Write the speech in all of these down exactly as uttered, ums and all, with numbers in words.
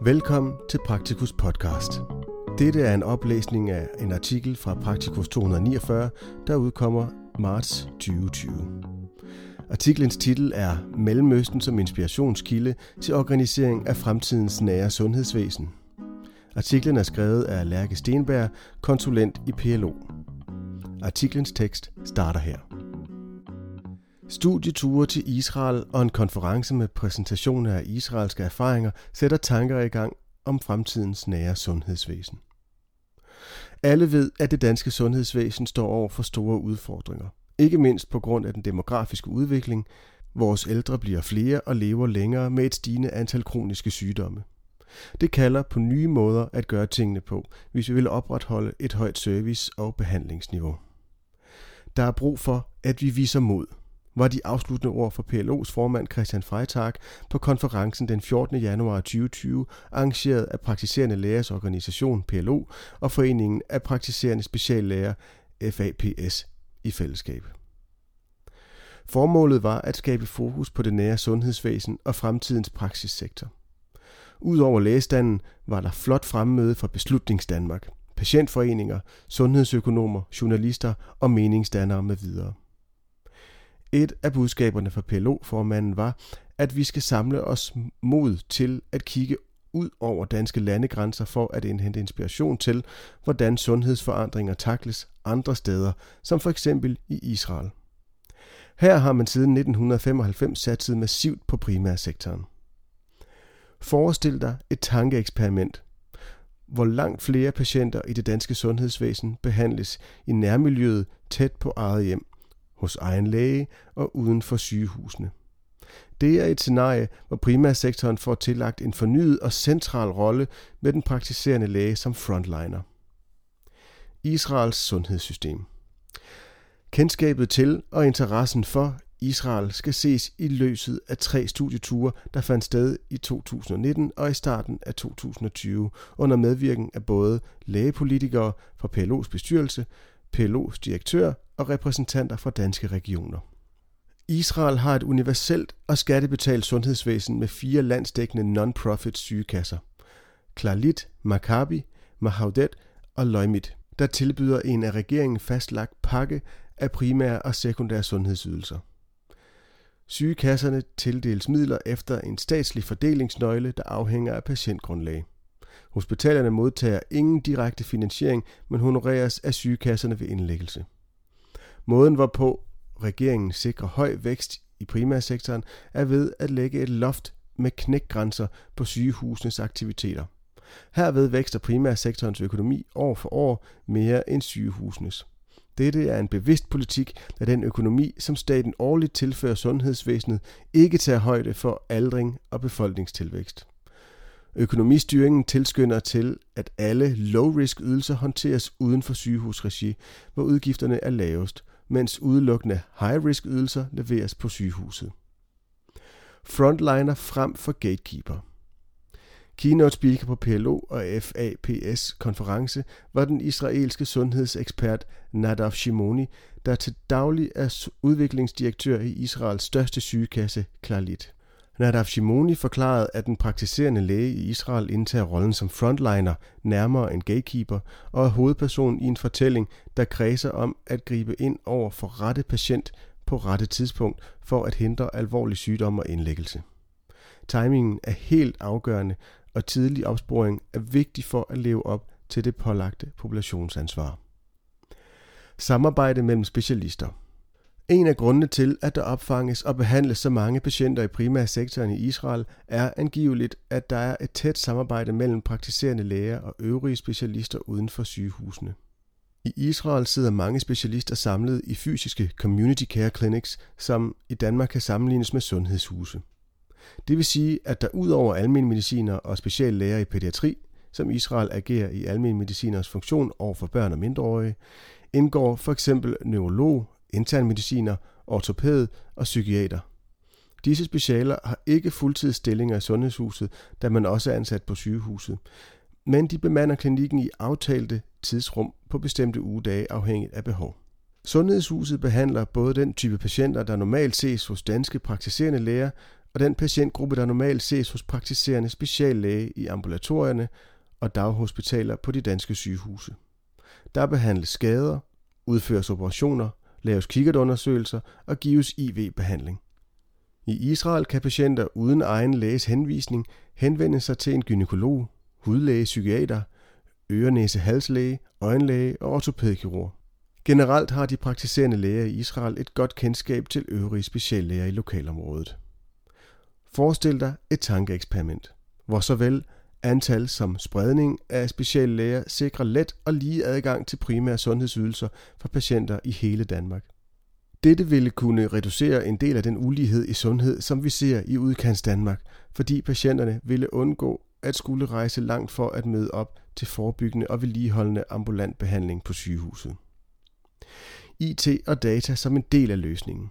Velkommen til Praktikus podcast. Dette er en oplæsning af en artikel fra Praktikus to hundrede niogfyrre, der udkommer marts tyve tyve. Artiklens titel er Mellemøsten som inspirationskilde til organisering af fremtidens nære sundhedsvæsen. Artiklen er skrevet af Lærke Stenberg, konsulent i P L O. Artiklens tekst starter her. Studieture til Israel og en konference med præsentationer af israelske erfaringer sætter tanker i gang om fremtidens nære sundhedsvæsen. Alle ved, at det danske sundhedsvæsen står over for store udfordringer. Ikke mindst på grund af den demografiske udvikling. Vores ældre bliver flere og lever længere med et stigende antal kroniske sygdomme. Det kalder på nye måder at gøre tingene på, hvis vi vil opretholde et højt service- og behandlingsniveau. Der er brug for, at vi viser mod, var de afsluttende ord fra P L O's formand Christian Freitag på konferencen den fjortende januar tyve tyve, arrangeret af Praktiserende Lægers Organisation P L O og Foreningen af Praktiserende Speciallæger F A P S i fællesskab. Formålet var at skabe fokus på det nære sundhedsvæsen og fremtidens praksissektor. Udover lægestanden var der flot fremmøde fra Beslutningsdanmark, patientforeninger, sundhedsøkonomer, journalister og meningsdannere med videre. Et af budskaberne fra P L O-formanden var, at vi skal samle os mod til at kigge ud over danske landegrænser for at indhente inspiration til, hvordan sundhedsforandringer takles andre steder, som for eksempel i Israel. Her har man siden nitten femoghalvfems satset massivt på primærsektoren. Forestil dig et tankeeksperiment, hvor langt flere patienter i det danske sundhedsvæsen behandles i nærmiljøet tæt på eget hjem, hos egen læge og uden for sygehusene. Det er et scenarie, hvor primærsektoren får tillagt en fornyet og central rolle med den praktiserende læge som frontliner. Israels sundhedssystem. Kendskabet til og interessen for Israel skal ses i lyset af tre studieture, der fandt sted i to tusind nitten og i starten af to tusind tyve under medvirken af både lægepolitikere fra P L O's bestyrelse, P L O's direktør og repræsentanter fra danske regioner. Israel har et universelt og skattebetalt sundhedsvæsen med fire landsdækkende non-profit sygekasser. Clalit, Maccabi, Mahaudet og Leumit, der tilbyder en af regeringen fastlagt pakke af primære og sekundære sundhedsydelser. Sygekasserne tildeles midler efter en statslig fordelingsnøgle, der afhænger af patientgrundlag. Hospitalerne modtager ingen direkte finansiering, men honoreres af sygekasserne ved indlæggelse. Måden hvorpå regeringen sikrer høj vækst i primærsektoren er ved at lægge et loft med knækgrænser på sygehusenes aktiviteter. Herved vækster primærsektorens økonomi år for år mere end sygehusenes. Dette er en bevidst politik, da den økonomi, som staten årligt tilfører sundhedsvæsenet, ikke tager højde for aldring og befolkningstilvækst. Økonomistyringen tilskynder til, at alle low-risk ydelser håndteres uden for sygehusregi, hvor udgifterne er lavest, mens udelukkende high-risk ydelser leveres på sygehuset. Frontliner frem for gatekeeper. Keynote speaker på P L O og F A P S konference var den israelske sundhedsekspert Nadav Shimoni, der til daglig er udviklingsdirektør i Israels største sygekasse, Clalit. Nadav Shimoni forklarede, at den praktiserende læge i Israel indtager rollen som frontliner nærmere end gatekeeper og er hovedperson i en fortælling, der kredser om at gribe ind over for rette patient på rette tidspunkt for at hindre alvorlig sygdom og indlæggelse. Timingen er helt afgørende, og tidlig opsporing er vigtig for at leve op til det pålagte populationsansvar. Samarbejde mellem specialister. En af grundene til, at der opfanges og behandles så mange patienter i primærsektoren i Israel, er angiveligt, at der er et tæt samarbejde mellem praktiserende læger og øvrige specialister uden for sygehusene. I Israel sidder mange specialister samlet i fysiske community care clinics, som i Danmark kan sammenlignes med sundhedshuse. Det vil sige, at der udover almenmedicinere og speciallæger i pædiatri, som Israel agerer i almenmediciners funktion over for børn og mindreårige, indgår for eksempel neurolog, internmediciner, ortopæd og psykiater. Disse specialer har ikke fuldtidsstillinger i sundhedshuset, da man også er ansat på sygehuset, men de bemander klinikken i aftalte tidsrum på bestemte ugedage afhængigt af behov. Sundhedshuset behandler både den type patienter, der normalt ses hos danske praktiserende læger, og den patientgruppe, der normalt ses hos praktiserende speciallæge i ambulatorierne og daghospitaler på de danske sygehuse. Der behandles skader, udføres operationer, laves kikkertundersøgelser og gives I V-behandling. I Israel kan patienter uden egen læges henvisning henvende sig til en gynækolog, hudlæge, psykiater, øre-næse-halslæge, øjenlæge og ortopædkirurg. Generelt har de praktiserende læger i Israel et godt kendskab til øvrige speciallæger i lokalområdet. Forestil dig et tankeeksperiment, hvor såvel antal som spredning af speciallæger sikrer let og lige adgang til primære sundhedsydelser for patienter i hele Danmark. Dette ville kunne reducere en del af den ulighed i sundhed, som vi ser i udkants Danmark, fordi patienterne ville undgå at skulle rejse langt for at møde op til forebyggende og vedligeholdende ambulant behandling på sygehuset. I T og data som en del af løsningen.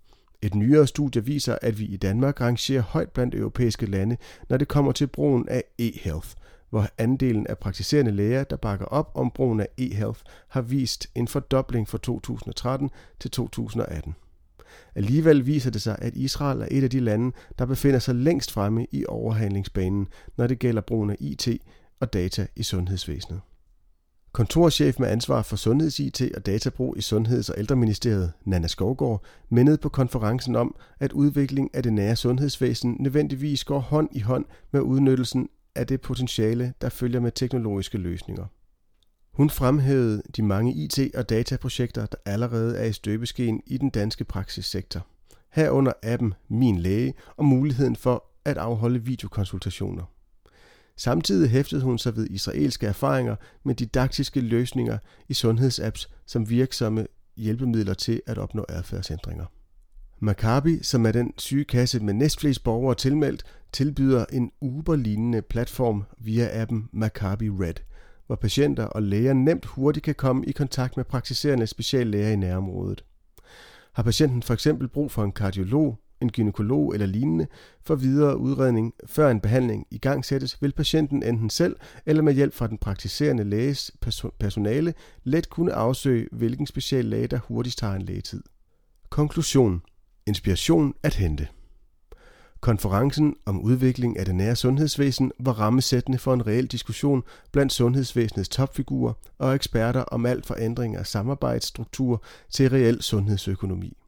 Et nyere studie viser, at vi i Danmark rangerer højt blandt europæiske lande, når det kommer til brugen af e-health, hvor andelen af praktiserende læger, der bakker op om brugen af e-health, har vist en fordobling fra to tusind og tretten til to tusind og atten. Alligevel viser det sig, at Israel er et af de lande, der befinder sig længst fremme i overhandlingsbanen, når det gælder brugen af I T og data i sundhedsvæsenet. Kontorchef med ansvar for sundheds-I T og databrug i Sundheds- og Ældreministeriet, Nanna Skovgaard, mindede på konferencen om, at udvikling af det nære sundhedsvæsen nødvendigvis går hånd i hånd med udnyttelsen af det potentiale, der følger med teknologiske løsninger. Hun fremhævede de mange I T- og dataprojekter, der allerede er i støbeskeen i den danske praksissektor. Herunder appen Min Læge og muligheden for at afholde videokonsultationer. Samtidig hæftede hun sig ved israelske erfaringer med didaktiske løsninger i sundhedsapps som virksomme hjælpemidler til at opnå adfærdsændringer. Maccabi, som er den sygekasse med næstflest borgere tilmeldt, tilbyder en Uber-lignende platform via appen Maccabi Red, hvor patienter og læger nemt hurtigt kan komme i kontakt med praktiserende speciallæger i nærområdet. Har patienten for eksempel brug for en kardiolog, en gynækolog eller lignende for videre udredning før en behandling i gang sættes, vil patienten enten selv eller med hjælp fra den praktiserende læges personale let kunne afsøge, hvilken speciallæge der hurtigst har en lægetid. Konklusion. Inspiration at hente. Konferencen om udvikling af det nære sundhedsvæsen var rammesættende for en reel diskussion blandt sundhedsvæsenets topfigurer og eksperter om alt fra ændring af samarbejdsstruktur til reel sundhedsøkonomi.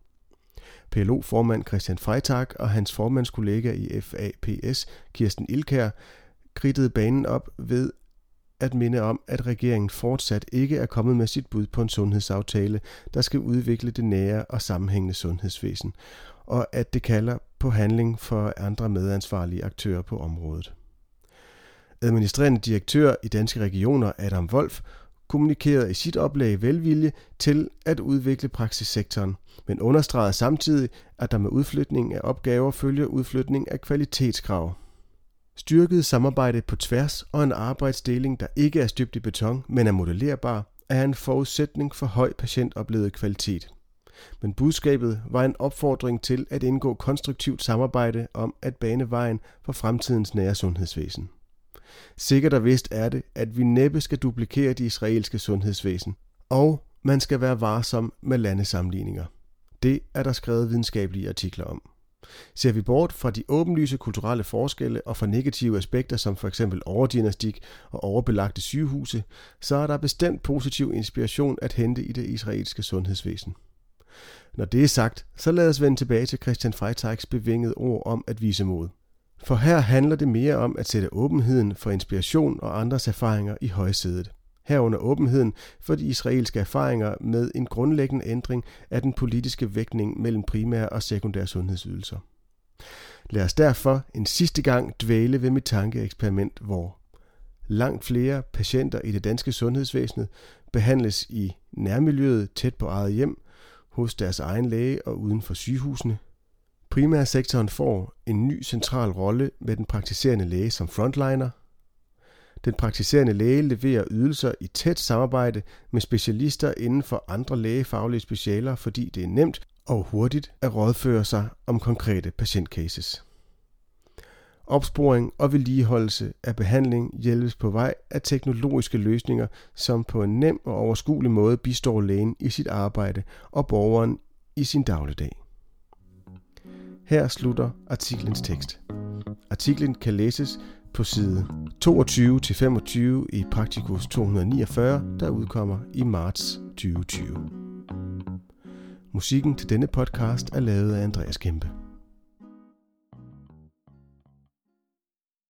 P L O-formand Christian Freitag og hans formandskollega i F A P S, Kirsten Ilkær, kridtede banen op ved at minde om, at regeringen fortsat ikke er kommet med sit bud på en sundhedsaftale, der skal udvikle det nære og sammenhængende sundhedsvæsen, og at det kalder på handling for andre medansvarlige aktører på området. Administrerende direktør i Danske Regioner, Adam Wolf, kommunikerede i sit oplæg velvilje til at udvikle praksissektoren, men understregede samtidig, at der med udflytning af opgaver følger udflytning af kvalitetskrav. Styrket samarbejde på tværs og en arbejdsdeling, der ikke er støbt i beton, men er modellerbar, er en forudsætning for høj patientoplevet kvalitet. Men budskabet var en opfordring til at indgå konstruktivt samarbejde om at bane vejen for fremtidens nære sundhedsvæsen. Sikkert og vist er det, at vi næppe skal duplikere det israelske sundhedsvæsen, og man skal være varsom med landesammenligninger. Det er der skrevet videnskabelige artikler om. Ser vi bort fra de åbenlyse kulturelle forskelle og fra negative aspekter som for eksempel overdiagnostik og overbelagte sygehuse, så er der bestemt positiv inspiration at hente i det israelske sundhedsvæsen. Når det er sagt, så lad os vende tilbage til Christian Freitags bevingede ord om at vise mod. For her handler det mere om at sætte åbenheden for inspiration og andres erfaringer i højsædet. Herunder åbenheden for de israelske erfaringer med en grundlæggende ændring af den politiske vægtning mellem primære og sekundære sundhedsydelser. Lad os derfor en sidste gang dvæle ved mit tankeeksperiment, hvor langt flere patienter i det danske sundhedsvæsen behandles i nærmiljøet tæt på eget hjem, hos deres egen læge og uden for sygehusene. Primærsektoren får en ny central rolle med den praktiserende læge som frontliner. Den praktiserende læge leverer ydelser i tæt samarbejde med specialister inden for andre lægefaglige specialer, fordi det er nemt og hurtigt at rådføre sig om konkrete patientcases. Opsporing og vedligeholdelse af behandling hjælpes på vej af teknologiske løsninger, som på en nem og overskuelig måde bistår lægen i sit arbejde og borgeren i sin dagligdag. Her slutter artiklens tekst. Artiklen kan læses på side toogtyve til femogtyve i Practicus to hundrede niogfyrre, der udkommer i marts tyve tyve. Musikken til denne podcast er lavet af Andreas Kempe.